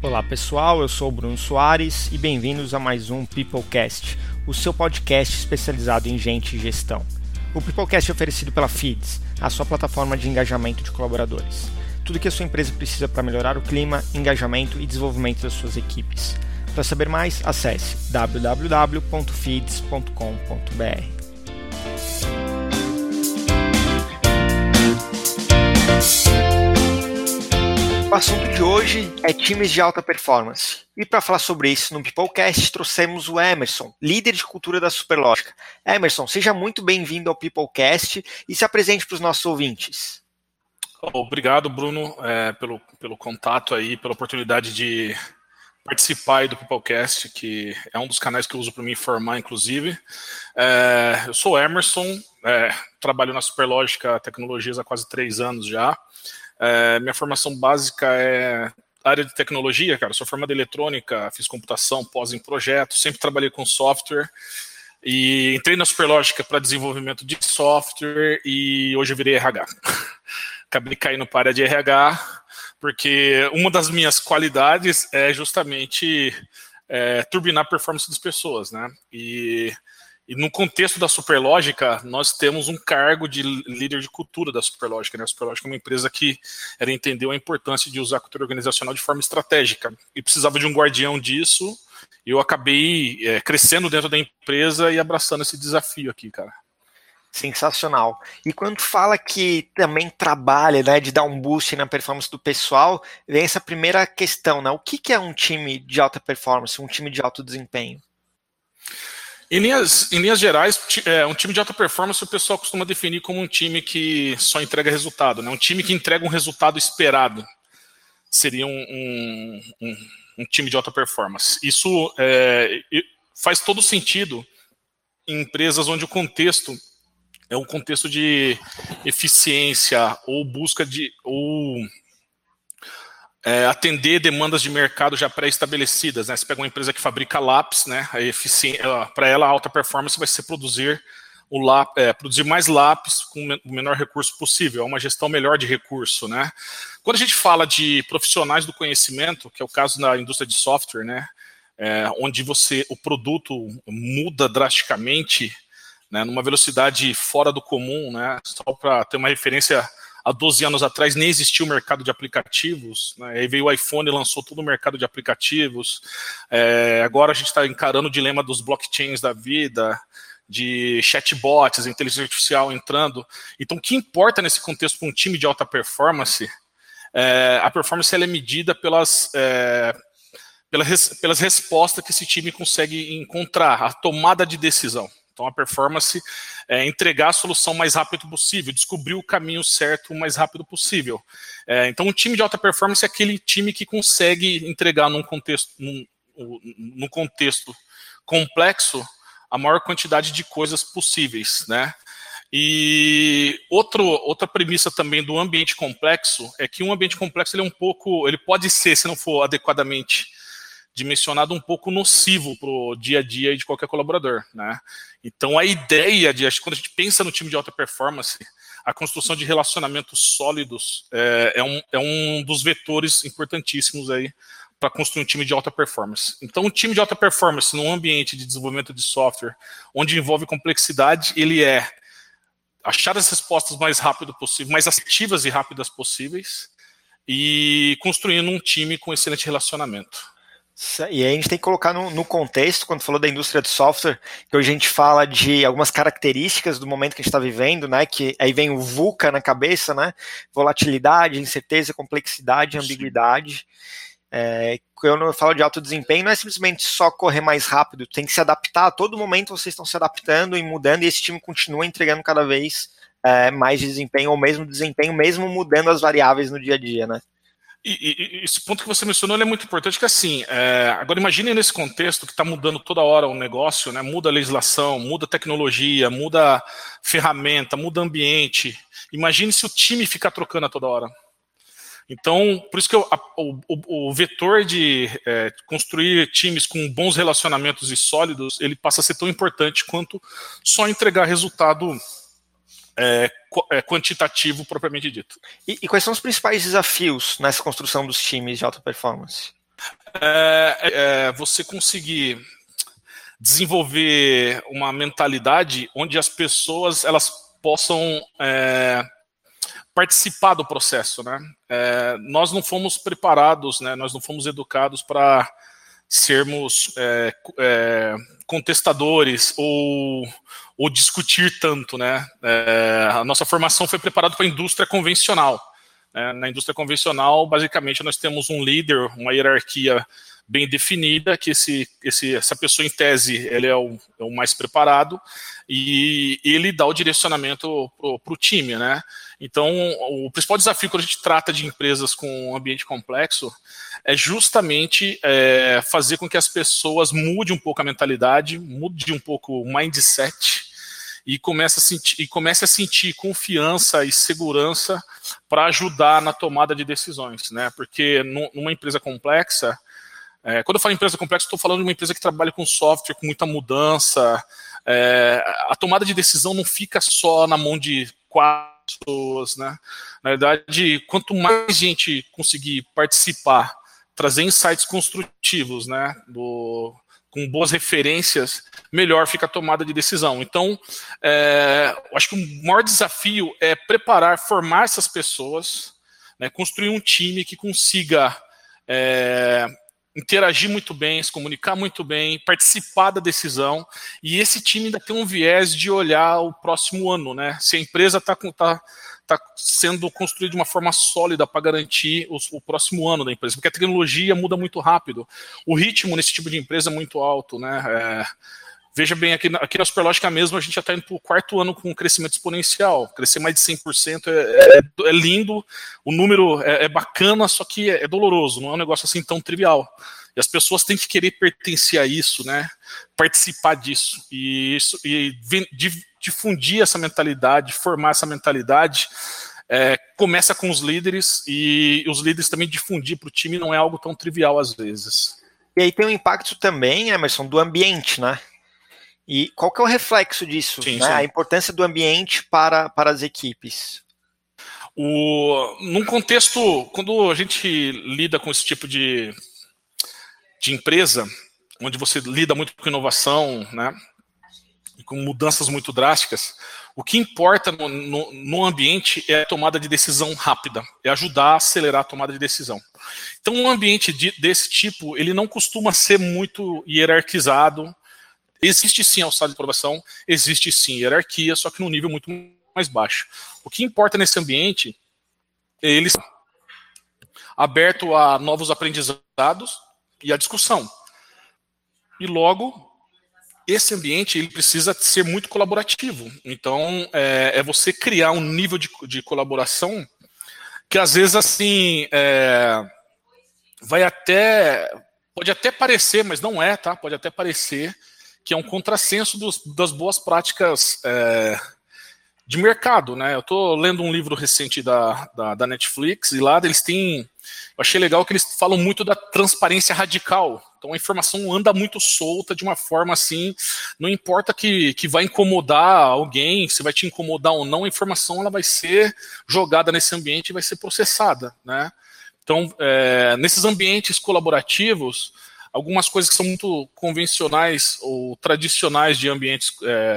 Olá pessoal, eu sou o Bruno Soares e bem-vindos a mais um Peoplecast, o seu podcast especializado em gente e gestão. O Peoplecast é oferecido pela Feeds, a sua plataforma de engajamento de colaboradores. Tudo que a sua empresa precisa para melhorar o clima, engajamento e desenvolvimento das suas equipes. Para saber mais, acesse www.feeds.com.br. O assunto de hoje é times de alta performance. E para falar sobre isso no Peoplecast, trouxemos o Emerson, líder de cultura da Superlógica. Emerson, seja muito bem-vindo ao Peoplecast e se apresente para os nossos ouvintes. Obrigado, Bruno, pelo contato aí, pela oportunidade de participar aí do Peoplecast, que é um dos canais que eu uso para me informar, inclusive. Eu sou o Emerson, trabalho na Superlógica Tecnologias há quase 3 anos já. Minha formação básica é área de tecnologia, cara. Sou formado em eletrônica, fiz computação, pós em projetos, sempre trabalhei com software e entrei na Superlógica para desenvolvimento de software e hoje eu virei RH. Acabei caindo para a área de RH porque uma das minhas qualidades é justamente turbinar a performance das pessoas, né? E no contexto da Superlógica, nós temos um cargo de líder de cultura da Superlógica, né? A Superlógica é uma empresa que ela entendeu a importância de usar a cultura organizacional de forma estratégica e precisava de um guardião disso, e eu acabei crescendo dentro da empresa e abraçando esse desafio aqui, cara. Sensacional. E quando fala que também trabalha, né, de dar um boost na performance do pessoal, vem essa primeira questão, né? O que é um time de alta performance, um time de alto desempenho? Em linhas gerais, um time de alta performance o pessoal costuma definir como um time que só entrega resultado, né? Um time que entrega um resultado esperado seria um time de alta performance. Isso faz todo sentido em empresas onde o contexto é um contexto de eficiência ou busca de atender demandas de mercado já pré-estabelecidas, né? Você pega uma empresa que fabrica lápis, né? Para ela a alta performance vai ser produzir mais lápis com o menor recurso possível, é uma gestão melhor de recurso, né? Quando a gente fala de profissionais do conhecimento, que é o caso na indústria de software, né? Onde o produto muda drasticamente, né? Numa velocidade fora do comum, né? Só para ter uma referência, há 12 anos atrás nem existia o mercado de aplicativos, né? Aí veio o iPhone e lançou todo o mercado de aplicativos. Agora a gente está encarando o dilema dos blockchains da vida, de chatbots, inteligência artificial entrando. Então, o que importa nesse contexto para um time de alta performance, a performance ela é medida pelas respostas que esse time consegue encontrar, a tomada de decisão. Então, a performance é entregar a solução o mais rápido possível, descobrir o caminho certo o mais rápido possível. Então, um time de alta performance é aquele time que consegue entregar num contexto complexo a maior quantidade de coisas possíveis, né? E outra premissa também do ambiente complexo é que um ambiente complexo ele pode ser, se não for adequadamente dimensionado, um pouco nocivo para o dia a dia de qualquer colaborador, né? Então a ideia quando a gente pensa no time de alta performance, a construção de relacionamentos sólidos é um dos vetores importantíssimos aí para construir um time de alta performance. Então um time de alta performance num ambiente de desenvolvimento de software, onde envolve complexidade, ele achar as respostas mais rápido possível, mais assertivas e rápidas possíveis, e construindo um time com excelente relacionamento. E aí a gente tem que colocar no contexto, quando falou da indústria de software, que hoje a gente fala de algumas características do momento que a gente está vivendo, né? Que aí vem o VUCA na cabeça, né? Volatilidade, incerteza, complexidade, ambiguidade. Quando eu falo de alto desempenho, não é simplesmente só correr mais rápido, tem que se adaptar. A todo momento vocês estão se adaptando e mudando, e esse time continua entregando cada vez mais de desempenho, ou mesmo desempenho, mesmo mudando as variáveis no dia a dia, né? E esse ponto que você mencionou ele é muito importante, que assim, agora imagine nesse contexto que está mudando toda hora o negócio, né? Muda a legislação, muda a tecnologia, muda a ferramenta, muda o ambiente. Imagine se o time ficar trocando a toda hora. Então, por isso que o vetor de construir times com bons relacionamentos e sólidos, ele passa a ser tão importante quanto só entregar resultado quantitativo propriamente dito. E quais são os principais desafios nessa construção dos times de alta performance? você conseguir desenvolver uma mentalidade onde as pessoas elas possam participar do processo, né? Nós não fomos preparados, né? Nós não fomos educados para sermos contestadores ou discutir tanto, né? A nossa formação foi preparada para a indústria convencional. Na indústria convencional, basicamente, nós temos um líder, uma hierarquia bem definida, que essa pessoa, em tese, ele é o mais preparado, e ele dá o direcionamento para o time, né? Então, o principal desafio quando a gente trata de empresas com um ambiente complexo é justamente fazer com que as pessoas mudem um pouco a mentalidade, mudem um pouco o mindset, e comece a sentir confiança e segurança para ajudar na tomada de decisões, né? Porque numa empresa complexa, quando eu falo empresa complexa, estou falando de uma empresa que trabalha com software, com muita mudança. A tomada de decisão não fica só na mão de 4 pessoas, né? Na verdade, quanto mais gente conseguir participar, trazer insights construtivos, né? Com boas referências, melhor fica a tomada de decisão. Então, acho que o maior desafio é formar essas pessoas, né, construir um time que consiga interagir muito bem, se comunicar muito bem, participar da decisão, e esse time ainda tem um viés de olhar o próximo ano, né? Se a empresa está sendo construída de uma forma sólida para garantir o próximo ano da empresa, porque a tecnologia muda muito rápido. O ritmo nesse tipo de empresa é muito alto, né? Veja bem, aqui na Superlógica mesmo, a gente já está indo para o 4º ano com um crescimento exponencial. Crescer mais de 100% é lindo, o número é bacana, só que é doloroso, não é um negócio assim tão trivial. E as pessoas têm que querer pertencer a isso, né? Participar disso. E difundir essa mentalidade, formar essa mentalidade, começa com os líderes, e os líderes também difundir para o time não é algo tão trivial às vezes. E aí tem um impacto também, Emerson, do ambiente, né? E qual que é o reflexo disso? Sim, né? sim. A importância do ambiente para as equipes. Num contexto, quando a gente lida com esse tipo de empresa, onde você lida muito com inovação, né, e com mudanças muito drásticas, o que importa no ambiente é a tomada de decisão rápida, é ajudar a acelerar a tomada de decisão. Então, um ambiente desse tipo, ele não costuma ser muito hierarquizado. Existe sim alçada de aprovação, existe sim hierarquia, só que num nível muito mais baixo. O que importa nesse ambiente é ele estar aberto a novos aprendizados e a discussão. E logo, esse ambiente ele precisa ser muito colaborativo. Então, é você criar um nível de colaboração que às vezes assim pode até parecer, mas não é, tá? Pode até parecer que é um contrassenso das boas práticas de mercado, né? Eu estou lendo um livro recente da Netflix, e lá eles têm... Eu achei legal que eles falam muito da transparência radical. Então a informação anda muito solta de uma forma assim, não importa que vai incomodar alguém, se vai te incomodar ou não, a informação ela vai ser jogada nesse ambiente e vai ser processada, né? Então, nesses ambientes colaborativos, algumas coisas que são muito convencionais ou tradicionais de ambientes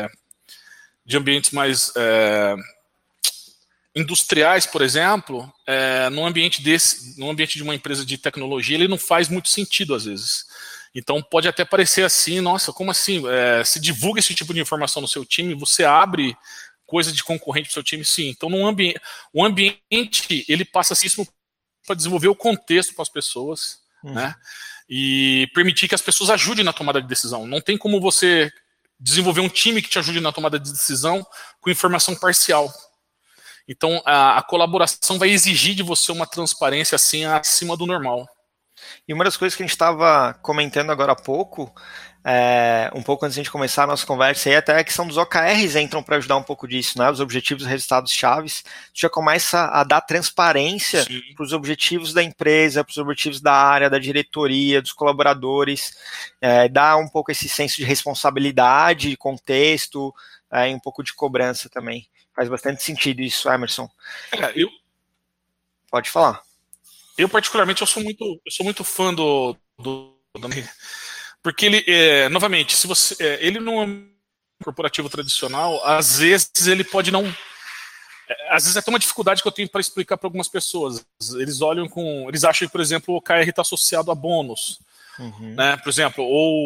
mais industriais, por exemplo, num ambiente de uma empresa de tecnologia, ele não faz muito sentido às vezes. Então pode até parecer assim, nossa, como assim? Se divulga esse tipo de informação no seu time, você abre coisa de concorrente para o seu time, sim. Então o ambiente ele passa isso para desenvolver o contexto para as pessoas, né? E permitir que as pessoas ajudem na tomada de decisão. Não tem como você desenvolver um time que te ajude na tomada de decisão com informação parcial. Então, a colaboração vai exigir de você uma transparência assim acima do normal. E uma das coisas que a gente estava comentando agora há pouco, um pouco antes de a gente começar a nossa conversa, aí até a questão dos OKRs entram para ajudar um pouco disso, né? Os objetivos e resultados chaves. Já começa a dar transparência para os objetivos da empresa, para os objetivos da área, da diretoria, dos colaboradores, dá um pouco esse senso de responsabilidade, contexto, e um pouco de cobrança também. Faz bastante sentido isso, Emerson. Eu Pode falar. particularmente, eu sou muito fã do Porque ele, novamente, se você, ele não é um corporativo tradicional, às vezes ele pode não. Às vezes é até uma dificuldade que eu tenho para explicar para algumas pessoas. Eles acham que, por exemplo, o OKR está associado a bônus, né? Por exemplo,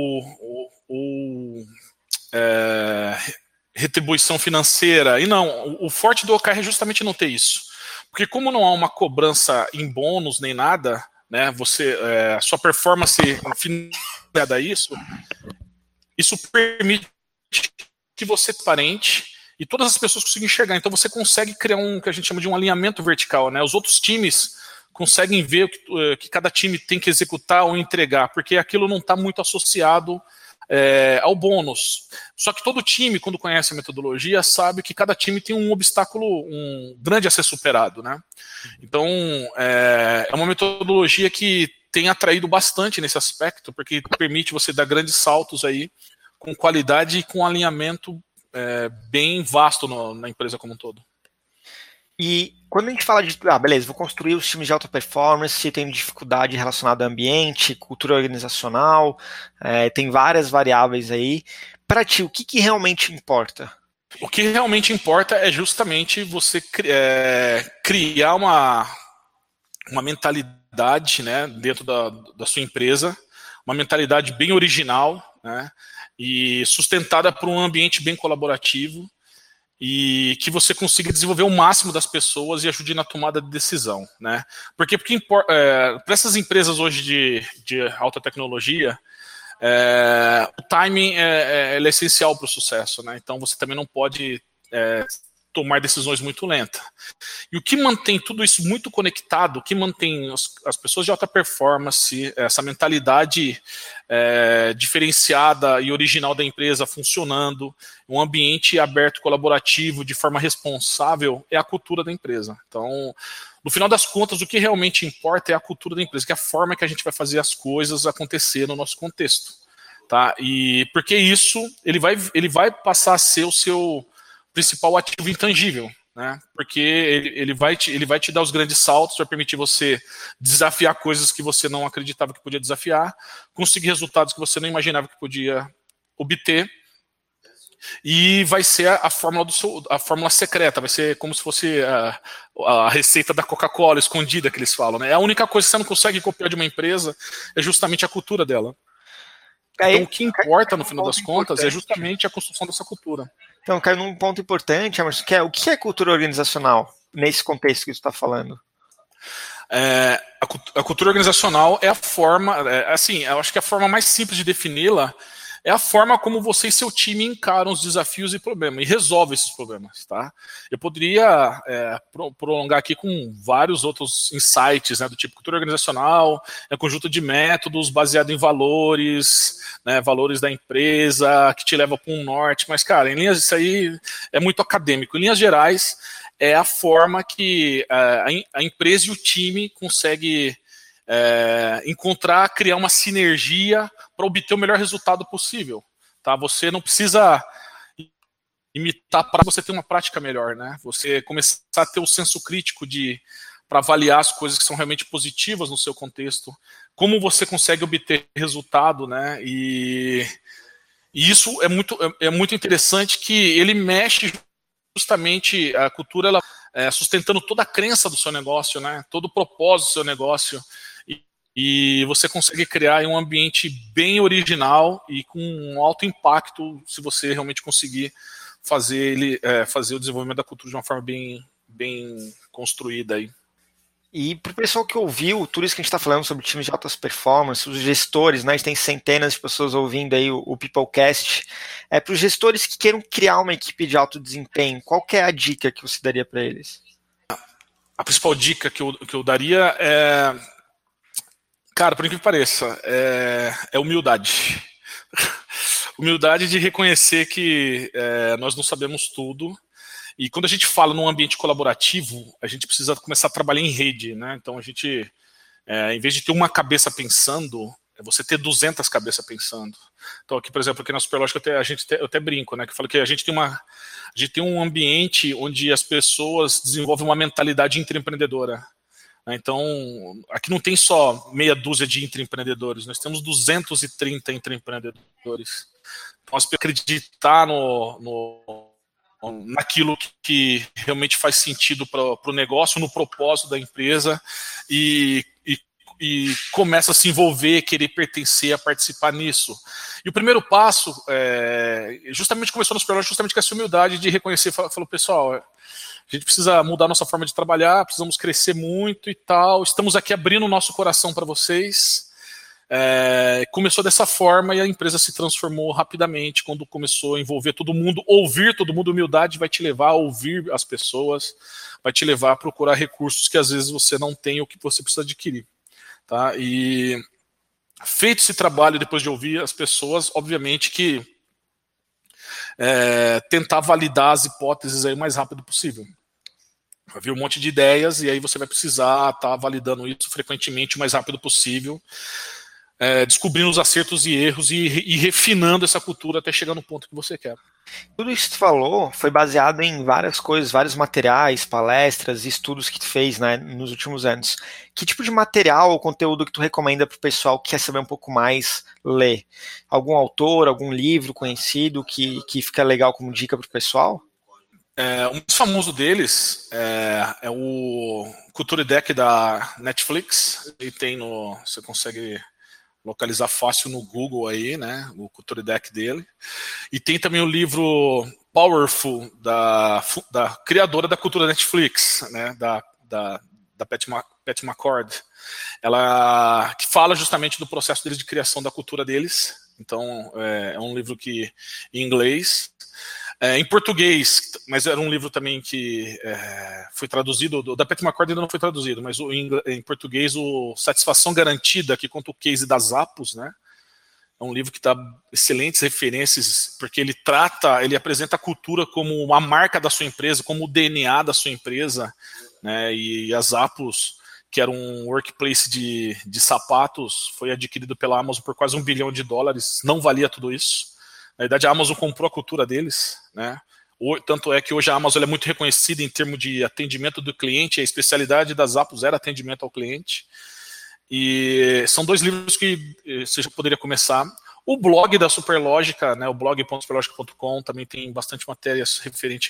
ou retribuição financeira. E não, o forte do OKR é justamente não ter isso. Porque como não há uma cobrança em bônus nem nada, né? A sua performance afinada a isso permite que você transparente e todas as pessoas conseguem enxergar. Então você consegue criar um que a gente chama de um alinhamento vertical, né? Os outros times conseguem ver o que cada time tem que executar ou entregar, porque aquilo não está muito associado ao bônus. Só que todo time, quando conhece a metodologia, sabe que cada time tem um obstáculo, um grande a ser superado, né? Então, é uma metodologia que tem atraído bastante nesse aspecto, porque permite você dar grandes saltos aí, com qualidade e com alinhamento bem vasto na empresa como um todo. E quando a gente fala de, beleza, vou construir os times de alta performance, tem dificuldade relacionada ao ambiente, cultura organizacional, tem várias variáveis aí. Para ti, o que realmente importa? O que realmente importa é justamente você criar uma mentalidade, né, dentro da sua empresa, uma mentalidade bem original, né, e sustentada por um ambiente bem colaborativo, e que você consiga desenvolver o máximo das pessoas e ajude na tomada de decisão, né? Porque para essas empresas hoje de alta tecnologia, o timing é essencial para o sucesso, né? Então você também não pode tomar decisões muito lentas. E o que mantém tudo isso muito conectado, o que mantém as pessoas de alta performance, essa mentalidade diferenciada e original da empresa funcionando, um ambiente aberto, colaborativo, de forma responsável, é a cultura da empresa. Então, no final das contas, o que realmente importa é a cultura da empresa, que é a forma que a gente vai fazer as coisas acontecer no nosso contexto. Tá? E porque isso, ele vai passar a ser o seu principal ativo intangível, né? Porque ele vai te dar os grandes saltos, vai permitir você desafiar coisas que você não acreditava que podia desafiar, conseguir resultados que você não imaginava que podia obter, e vai ser a fórmula secreta, vai ser como se fosse a receita da Coca-Cola escondida que eles falam, né? A única coisa que você não consegue copiar de uma empresa é justamente a cultura dela. Então o que importa no final das contas é justamente a construção dessa cultura. Então, caiu num ponto importante, Emerson, que é o que é cultura organizacional nesse contexto que você está falando? A cultura organizacional é a forma, assim, eu acho que a forma mais simples de defini-la é a forma como você e seu time encaram os desafios e problemas, e resolvem esses problemas, tá? Eu poderia prolongar aqui com vários outros insights, né, do tipo cultura organizacional, conjunto de métodos baseado em valores, né, valores da empresa, que te leva para um norte, mas, cara, em linhas, isso aí é muito acadêmico. Em linhas gerais, é a forma que a empresa e o time conseguem criar uma sinergia para obter o melhor resultado possível. Tá? Você não precisa imitar para você ter uma prática melhor, né? Você começar a ter o senso crítico para avaliar as coisas que são realmente positivas no seu contexto, como você consegue obter resultado, né? E isso é muito interessante, que ele mexe justamente a cultura, ela sustentando toda a crença do seu negócio, né? Todo o propósito do seu negócio. E você consegue criar um ambiente bem original e com um alto impacto, se você realmente conseguir fazer o desenvolvimento da cultura de uma forma bem construída aí. E para o pessoal que ouviu tudo isso que a gente está falando sobre times de altas performances, os gestores, né, a gente tem centenas de pessoas ouvindo aí o Peoplecast, para os gestores que queiram criar uma equipe de alto desempenho, qual que é a dica que você daria para eles? A principal dica que eu daria cara, por incrível que pareça, é humildade. Humildade de reconhecer que nós não sabemos tudo. E quando a gente fala num ambiente colaborativo, a gente precisa começar a trabalhar em rede, né? Então a gente, em vez de ter uma cabeça pensando, você ter 200 cabeças pensando. Então aqui, por exemplo, aqui na Superlógica eu até brinco, né? Que eu falo que a gente tem um ambiente onde as pessoas desenvolvem uma mentalidade intraempreendedora. Então, aqui não tem só meia dúzia de intraempreendedores, nós temos 230 intraempreendedores. Então, acreditar naquilo que realmente faz sentido para o negócio, no propósito da empresa e começa a se envolver, querer pertencer, a participar nisso. E o primeiro passo, justamente começou no Superlógica, justamente com essa humildade de reconhecer, falou, pessoal, a gente precisa mudar nossa forma de trabalhar, precisamos crescer muito e tal, estamos aqui abrindo o nosso coração para vocês. Começou dessa forma e a empresa se transformou rapidamente quando começou a envolver todo mundo, ouvir todo mundo. Humildade vai te levar a ouvir as pessoas, vai te levar a procurar recursos que às vezes você não tem ou que você precisa adquirir. Tá? E feito esse trabalho, depois de ouvir as pessoas, obviamente que tentar validar as hipóteses aí o mais rápido possível. Vai vir um monte de ideias e aí você vai precisar estar validando isso frequentemente o mais rápido possível, descobrindo os acertos e erros e refinando essa cultura até chegar no ponto que você quer. Tudo isso que tu falou foi baseado em várias coisas, vários materiais, palestras e estudos que tu fez, né, nos últimos anos. Que tipo de material ou conteúdo que tu recomenda para o pessoal que quer saber um pouco mais ler? Algum autor, algum livro conhecido que fica legal como dica para o pessoal? O mais famoso deles é o Cultura Deck da Netflix. Ele tem você consegue localizar fácil no Google aí, né, o Cultura Deck dele. E tem também o livro Powerful, da criadora da cultura Netflix, né, da Pat McCord. Ela que fala justamente do processo deles de criação da cultura deles. Então, é um livro que em inglês. Em português, mas era um livro também que foi traduzido, da Pat McCord ainda não foi traduzido, mas em português o Satisfação Garantida, que conta o case das Zappos, né? É um livro que dá excelentes referências, porque ele apresenta a cultura como uma marca da sua empresa, como o DNA da sua empresa, né? E as Zappos, que era um workplace de sapatos, foi adquirido pela Amazon por quase $1 bilhão, não valia tudo isso. Na verdade, a Amazon comprou a cultura deles, né? Tanto é que hoje a Amazon é muito reconhecida em termos de atendimento do cliente, a especialidade das Zappos era atendimento ao cliente. E são 2 livros que você já poderia começar. O blog da Superlógica, né, o blog.superlogica.com, também tem bastante matérias referente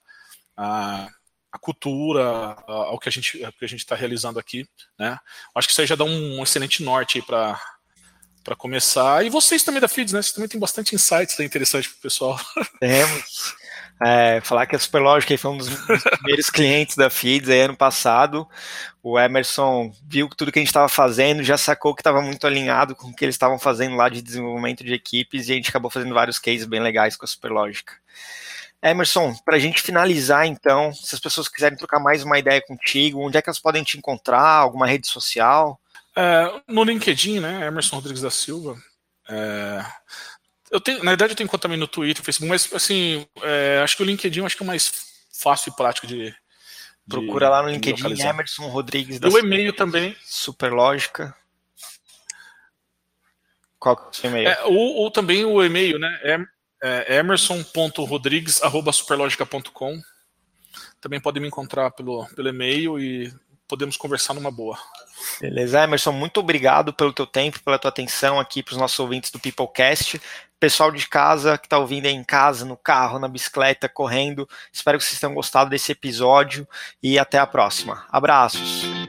à cultura, ao que a gente está realizando aqui, né? Acho que isso aí já dá um excelente norte aí para começar. E vocês também da Feeds, né? Vocês também tem bastante insights interessantes para o pessoal. Temos. Falar que a Superlógica foi um dos primeiros clientes da Feeds aí ano passado. O Emerson viu tudo que a gente estava fazendo, já sacou que estava muito alinhado com o que eles estavam fazendo lá de desenvolvimento de equipes e a gente acabou fazendo vários cases bem legais com a Superlógica. Emerson, para a gente finalizar então, se as pessoas quiserem trocar mais uma ideia contigo, onde é que elas podem te encontrar? Alguma rede social? No LinkedIn, né, Emerson Rodrigues da Silva. Na verdade, eu tenho conta também no Twitter, Facebook, mas assim, acho que o LinkedIn acho que é o mais fácil e prático de procura lá no LinkedIn, Emerson Rodrigues da Silva. E o Silva. e-mail também. Superlógica. Qual que é o seu e-mail? Ou também o e-mail, né? emerson.rodrigues@superlogica.com. Também podem me encontrar pelo e-mail e podemos conversar numa boa. Beleza, Emerson, muito obrigado pelo teu tempo, pela tua atenção aqui para os nossos ouvintes do Peoplecast. Pessoal de casa que está ouvindo aí em casa, no carro, na bicicleta, correndo, espero que vocês tenham gostado desse episódio e até a próxima. Abraços!